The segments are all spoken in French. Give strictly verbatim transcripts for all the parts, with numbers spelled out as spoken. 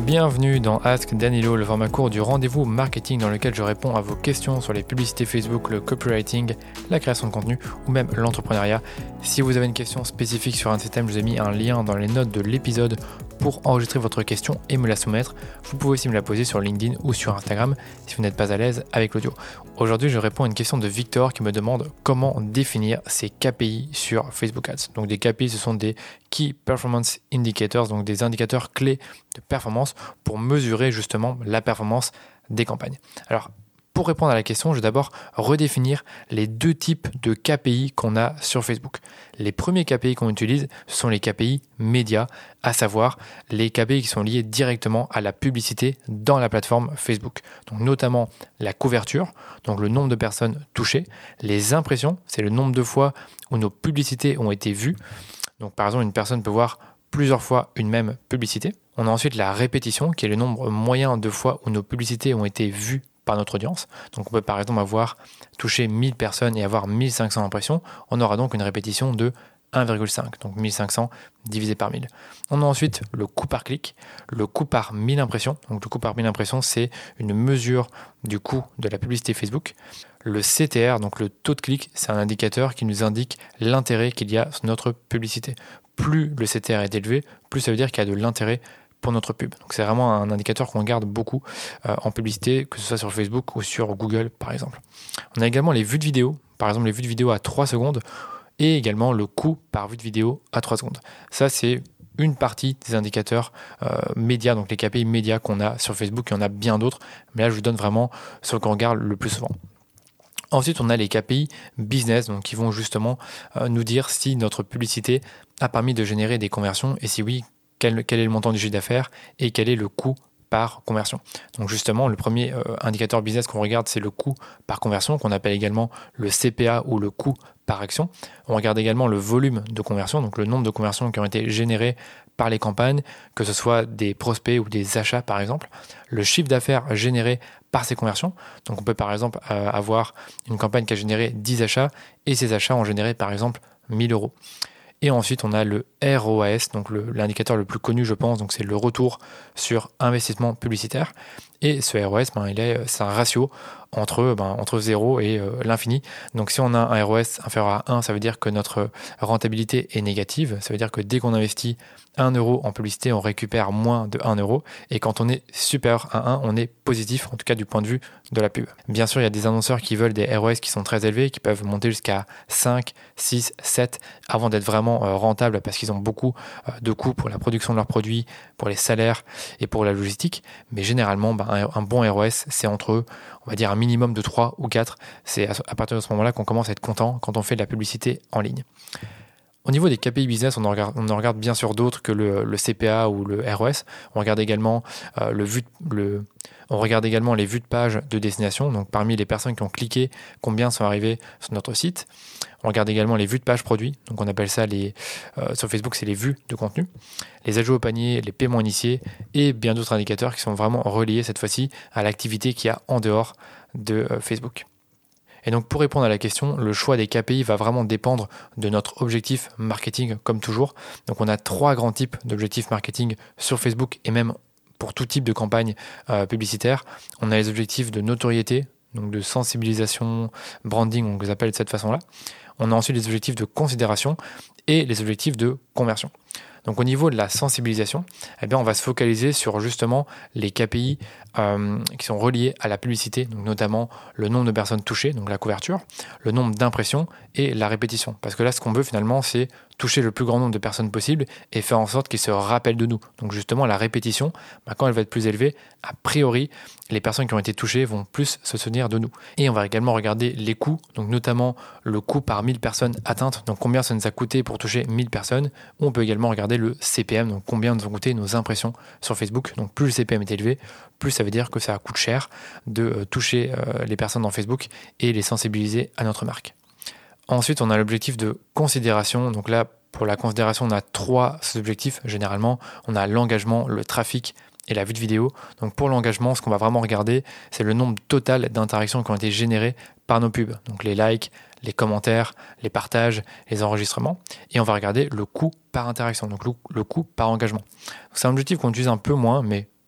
Bienvenue dans Ask Danilo, le format court du rendez-vous marketing dans lequel je réponds à vos questions sur les publicités Facebook, le copywriting, la création de contenu ou même l'entrepreneuriat. Si vous avez une question spécifique sur un système, je vous ai mis un lien dans les notes de l'épisode pour enregistrer votre question et me la soumettre. Vous pouvez aussi me la poser sur LinkedIn ou sur Instagram si vous n'êtes pas à l'aise avec l'audio. Aujourd'hui, je réponds à une question de Victor qui me demande comment définir ses K P I sur Facebook Ads. Donc des K P I, ce sont des Key Performance Indicators, donc des indicateurs clés de performance pour mesurer justement la performance des campagnes. Alors, pour répondre à la question, je vais d'abord redéfinir les deux types de K P I qu'on a sur Facebook. Les premiers K P I qu'on utilise, ce sont les K P I médias, à savoir les K P I qui sont liés directement à la publicité dans la plateforme Facebook. Donc notamment la couverture, donc le nombre de personnes touchées, les impressions, c'est le nombre de fois où nos publicités ont été vues. Donc par exemple, une personne peut voir plusieurs fois une même publicité. On a ensuite la répétition, qui est le nombre moyen de fois où nos publicités ont été vues par notre audience. Donc on peut par exemple avoir touché mille personnes et avoir mille cinq cents impressions. On aura donc une répétition de un virgule cinq, donc mille cinq cents divisé par mille. On a ensuite le coût par clic, le coût par mille impressions. Donc le coût par mille impressions, c'est une mesure du coût de la publicité Facebook. Le C T R, donc le taux de clic, c'est un indicateur qui nous indique l'intérêt qu'il y a sur notre publicité. Plus le C T R est élevé, plus ça veut dire qu'il y a de l'intérêt pour notre pub. Donc c'est vraiment un indicateur qu'on regarde beaucoup euh, en publicité, que ce soit sur Facebook ou sur Google par exemple. On a également les vues de vidéo, par exemple les vues de vidéo à trois secondes, et également le coût par vue de vidéo à trois secondes. Ça, c'est une partie des indicateurs euh, médias, donc les K P I médias qu'on a sur Facebook. Il y en a bien d'autres, mais là, je vous donne vraiment ce qu'on regarde le plus souvent. Ensuite, on a les K P I business, donc qui vont justement euh, nous dire si notre publicité a permis de générer des conversions, et si oui, quel, quel est le montant du chiffre d'affaires et quel est le coût par conversion. Donc justement, le premier euh, indicateur business qu'on regarde, c'est le coût par conversion, qu'on appelle également le C P A ou le coût par action. On regarde également le volume de conversion, donc le nombre de conversions qui ont été générées par les campagnes, que ce soit des prospects ou des achats par exemple. Le chiffre d'affaires généré par ces conversions. Donc on peut par exemple euh, avoir une campagne qui a généré dix achats et ces achats ont généré par exemple mille euros. Et ensuite, on a le R O A S, donc le, l'indicateur le plus connu, je pense, donc c'est le retour sur investissement publicitaire. Et ce R O A S, ben, il est, c'est un ratio entre, ben, entre zéro et euh, l'infini. Donc si on a un R O A S inférieur à un, ça veut dire que notre rentabilité est négative. Ça veut dire que dès qu'on investit un euro en publicité, on récupère moins de un euro. Et quand on est supérieur à un, on est positif, en tout cas du point de vue de la pub. Bien sûr, il y a des annonceurs qui veulent des R O A S qui sont très élevés, qui peuvent monter jusqu'à cinq, six, sept, avant d'être vraiment euh, rentables parce qu'ils ont beaucoup euh, de coûts pour la production de leurs produits, pour les salaires et pour la logistique. Mais généralement, ben, un, un bon R O A S, c'est entre, on va dire, un minimum de trois ou quatre. C'est à, à partir de ce moment-là qu'on commence à être content quand on fait de la publicité en ligne. Au niveau des K P I business, on en regarde, on en regarde bien sûr d'autres que le, le C P A ou le R O S. On regarde également euh, le vu, le, on regarde également les vues de page de destination. Donc parmi les personnes qui ont cliqué, combien sont arrivées sur notre site. On regarde également les vues de page produits. Donc on appelle ça les, euh, sur Facebook, c'est les vues de contenu, les ajouts au panier, les paiements initiés et bien d'autres indicateurs qui sont vraiment reliés cette fois-ci à l'activité qu'il y a en dehors de euh, Facebook. Et donc pour répondre à la question, le choix des K P I va vraiment dépendre de notre objectif marketing comme toujours. Donc on a trois grands types d'objectifs marketing sur Facebook et même pour tout type de campagne euh, publicitaire. On a les objectifs de notoriété, donc de sensibilisation, branding, on les appelle de cette façon-là. On a ensuite les objectifs de considération et les objectifs de conversion. Donc au niveau de la sensibilisation, eh bien on va se focaliser sur justement les K P I euh, qui sont reliés à la publicité, donc notamment le nombre de personnes touchées, donc la couverture, le nombre d'impressions et la répétition. Parce que là, ce qu'on veut finalement, c'est toucher le plus grand nombre de personnes possible et faire en sorte qu'ils se rappellent de nous. Donc justement, la répétition, bah, quand elle va être plus élevée, a priori, les personnes qui ont été touchées vont plus se souvenir de nous. Et on va également regarder les coûts, donc notamment le coût par mille personnes atteintes, donc combien ça nous a coûté pour toucher mille personnes. On peut également regarder le C P M, donc combien nous ont coûté nos impressions sur Facebook. Donc plus le C P M est élevé, plus ça veut dire que ça coûte cher de euh, toucher euh, les personnes dans Facebook et les sensibiliser à notre marque. Ensuite, on a l'objectif de considération. Donc là, pour la considération, on a trois objectifs généralement. On a l'engagement, le trafic et la vue de vidéo. Donc pour l'engagement, ce qu'on va vraiment regarder, c'est le nombre total d'interactions qui ont été générées par nos pubs. Donc les likes, les commentaires, les partages, les enregistrements. Et on va regarder le coût par interaction, donc le, le coût par engagement. Donc c'est un objectif qu'on utilise un peu moins, mais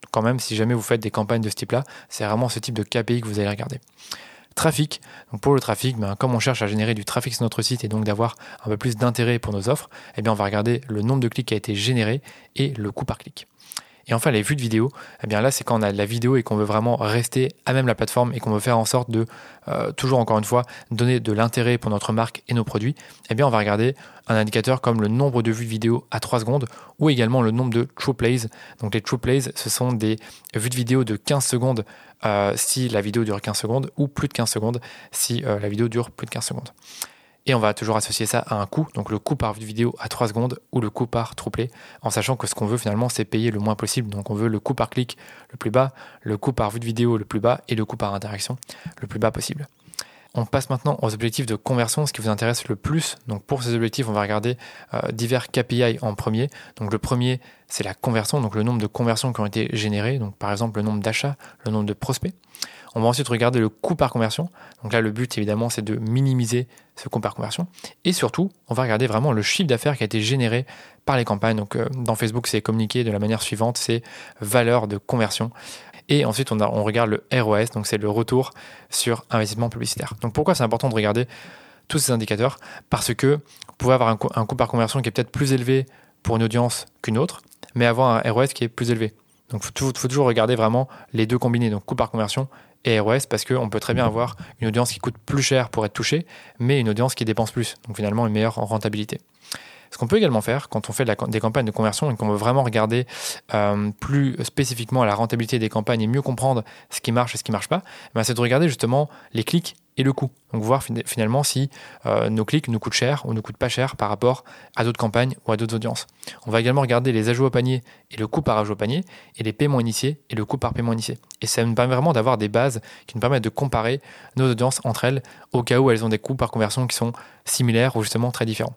quand même, si jamais vous faites des campagnes de ce type-là, c'est vraiment ce type de K P I que vous allez regarder. Trafic. Donc pour le trafic, ben, comme on cherche à générer du trafic sur notre site et donc d'avoir un peu plus d'intérêt pour nos offres, eh bien on va regarder le nombre de clics qui a été généré et le coût par clic. Et enfin, les vues de vidéo, eh bien là, c'est quand on a de la vidéo et qu'on veut vraiment rester à même la plateforme et qu'on veut faire en sorte de, euh, toujours encore une fois, donner de l'intérêt pour notre marque et nos produits. Eh bien, on va regarder un indicateur comme le nombre de vues de vidéo à trois secondes ou également le nombre de true plays. Donc les true plays, ce sont des vues de vidéo de quinze secondes euh, si la vidéo dure quinze secondes ou plus de quinze secondes si euh, la vidéo dure plus de quinze secondes. Et on va toujours associer ça à un coût, donc le coût par vidéo à trois secondes ou le coût par true play, en sachant que ce qu'on veut finalement, c'est payer le moins possible. Donc on veut le coût par clic le plus bas, le coût par vue de vidéo le plus bas et le coût par interaction le plus bas possible. On passe maintenant aux objectifs de conversion, ce qui vous intéresse le plus. Donc pour ces objectifs, on va regarder euh, divers K P I en premier. Donc le premier, c'est la conversion, donc le nombre de conversions qui ont été générées. Donc par exemple le nombre d'achats, le nombre de prospects. On va ensuite regarder le coût par conversion. Donc là, le but, évidemment, c'est de minimiser ce coût par conversion. Et surtout, on va regarder vraiment le chiffre d'affaires qui a été généré par les campagnes. Donc euh, dans Facebook, c'est communiqué de la manière suivante, c'est valeur de conversion. Et ensuite, on, a, on regarde le R O S, donc c'est le retour sur investissement publicitaire. Donc pourquoi c'est important de regarder tous ces indicateurs ? Parce que vous pouvez avoir un coût, un coût par conversion qui est peut-être plus élevé pour une audience qu'une autre, mais avoir un R O S qui est plus élevé. Donc il faut, faut toujours regarder vraiment les deux combinés, donc coût par conversion et R O S, parce qu'on peut très bien avoir une audience qui coûte plus cher pour être touchée, mais une audience qui dépense plus, donc finalement une meilleure rentabilité. Ce qu'on peut également faire quand on fait de la, des campagnes de conversion et qu'on veut vraiment regarder euh, plus spécifiquement à la rentabilité des campagnes et mieux comprendre ce qui marche et ce qui ne marche pas, ben c'est de regarder justement les clics et le coût. Donc voir finalement si euh, nos clics nous coûtent cher ou nous coûtent pas cher par rapport à d'autres campagnes ou à d'autres audiences. On va également regarder les ajouts au panier et le coût par ajout au panier et les paiements initiés et le coût par paiement initié. Et ça nous permet vraiment d'avoir des bases qui nous permettent de comparer nos audiences entre elles au cas où elles ont des coûts par conversion qui sont similaires ou justement très différents.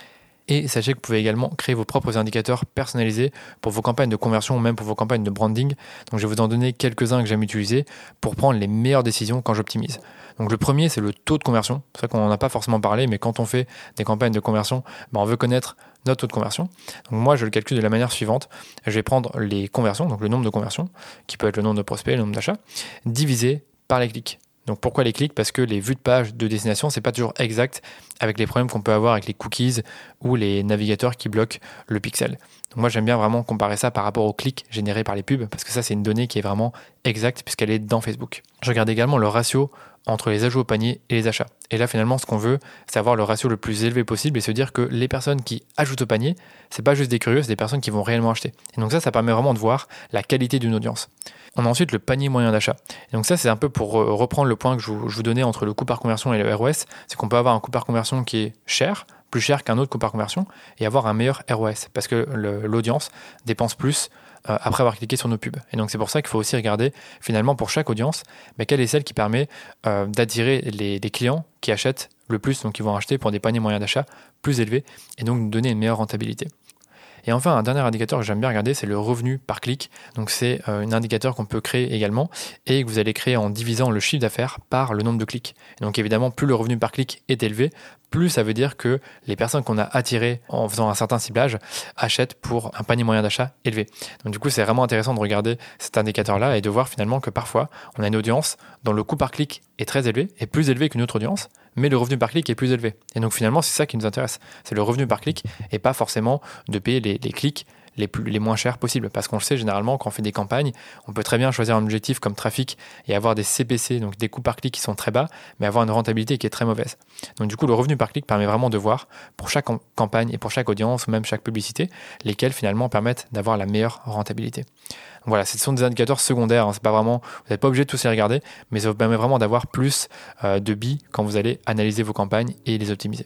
Et sachez que vous pouvez également créer vos propres indicateurs personnalisés pour vos campagnes de conversion ou même pour vos campagnes de branding. Donc je vais vous en donner quelques-uns que j'aime utiliser pour prendre les meilleures décisions quand j'optimise. Donc le premier, c'est le taux de conversion. C'est vrai qu'on n'en a pas forcément parlé, mais quand on fait des campagnes de conversion, ben on veut connaître notre taux de conversion. Donc moi, je le calcule de la manière suivante. Je vais prendre les conversions, donc le nombre de conversions, qui peut être le nombre de prospects, le nombre d'achats, divisé par les clics. Donc pourquoi les clics ? Parce que les vues de page de destination, c'est pas toujours exact avec les problèmes qu'on peut avoir avec les cookies ou les navigateurs qui bloquent le pixel. Donc moi j'aime bien vraiment comparer ça par rapport aux clics générés par les pubs, parce que ça c'est une donnée qui est vraiment exacte puisqu'elle est dans Facebook. Je regarde également le ratio entre les ajouts au panier et les achats. Et là finalement ce qu'on veut, c'est avoir le ratio le plus élevé possible et se dire que les personnes qui ajoutent au panier, c'est pas juste des curieux, c'est des personnes qui vont réellement acheter. Et donc ça, ça permet vraiment de voir la qualité d'une audience. On a ensuite le panier moyen d'achat. Et donc ça, c'est un peu pour reprendre le point que je vous, je vous donnais entre le coût par conversion et le R O S, c'est qu'on peut avoir un coût par conversion qui est cher, plus cher qu'un autre coût par conversion, et avoir un meilleur R O S, parce que le, l'audience dépense plus euh, après avoir cliqué sur nos pubs. Et donc c'est pour ça qu'il faut aussi regarder finalement pour chaque audience, mais quelle est celle qui permet euh, d'attirer les, les clients qui achètent le plus, donc qui vont acheter pour des paniers moyens d'achat plus élevés, et donc nous donner une meilleure rentabilité. Et enfin, un dernier indicateur que j'aime bien regarder, c'est le revenu par clic. Donc c'est euh, un indicateur qu'on peut créer également et que vous allez créer en divisant le chiffre d'affaires par le nombre de clics. Et donc évidemment, plus le revenu par clic est élevé, plus ça veut dire que les personnes qu'on a attirées en faisant un certain ciblage achètent pour un panier moyen d'achat élevé. Donc du coup, c'est vraiment intéressant de regarder cet indicateur-là et de voir finalement que parfois, on a une audience dont le coût par clic est très élevé, est plus élevé qu'une autre audience, mais le revenu par clic est plus élevé. Et donc finalement, c'est ça qui nous intéresse. C'est le revenu par clic et pas forcément de payer les, les clics les, plus, les moins chers possibles. Parce qu'on le sait, généralement, quand on fait des campagnes, on peut très bien choisir un objectif comme trafic et avoir des C P C, donc des coûts par clic qui sont très bas, mais avoir une rentabilité qui est très mauvaise. Donc du coup, le revenu par clic permet vraiment de voir pour chaque campagne et pour chaque audience, ou même chaque publicité, lesquels finalement permettent d'avoir la meilleure rentabilité. Donc voilà, ce sont des indicateurs secondaires, hein, c'est pas vraiment, vous n'êtes pas obligé de tous les regarder, mais ça vous permet vraiment d'avoir plus euh, de billes quand vous allez analyser vos campagnes et les optimiser.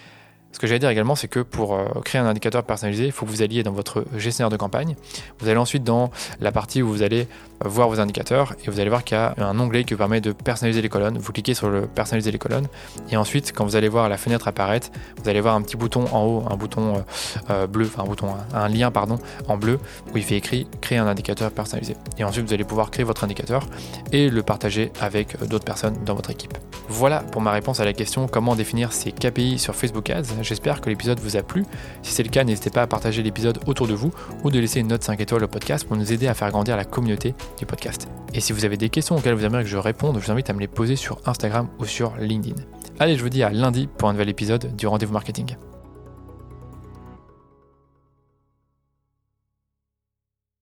Ce que j'allais dire également, c'est que pour euh, créer un indicateur personnalisé, il faut que vous alliez dans votre gestionnaire de campagne. Vous allez ensuite dans la partie où vous allez voir vos indicateurs et vous allez voir qu'il y a un onglet qui vous permet de personnaliser les colonnes. Vous cliquez sur le personnaliser les colonnes et ensuite, quand vous allez voir la fenêtre apparaître, vous allez voir un petit bouton en haut, un bouton euh, euh, bleu, enfin un bouton, un lien pardon, en bleu où il fait écrit créer un indicateur personnalisé. Et ensuite, vous allez pouvoir créer votre indicateur et le partager avec d'autres personnes dans votre équipe. Voilà pour ma réponse à la question comment définir ces K P I sur Facebook Ads. J'espère que l'épisode vous a plu. Si c'est le cas, n'hésitez pas à partager l'épisode autour de vous ou de laisser une note cinq étoiles au podcast pour nous aider à faire grandir la communauté du podcast. Et si vous avez des questions auxquelles vous aimeriez que je réponde, je vous invite à me les poser sur Instagram ou sur LinkedIn. Allez, je vous dis à lundi pour un nouvel épisode du Rendez-vous Marketing.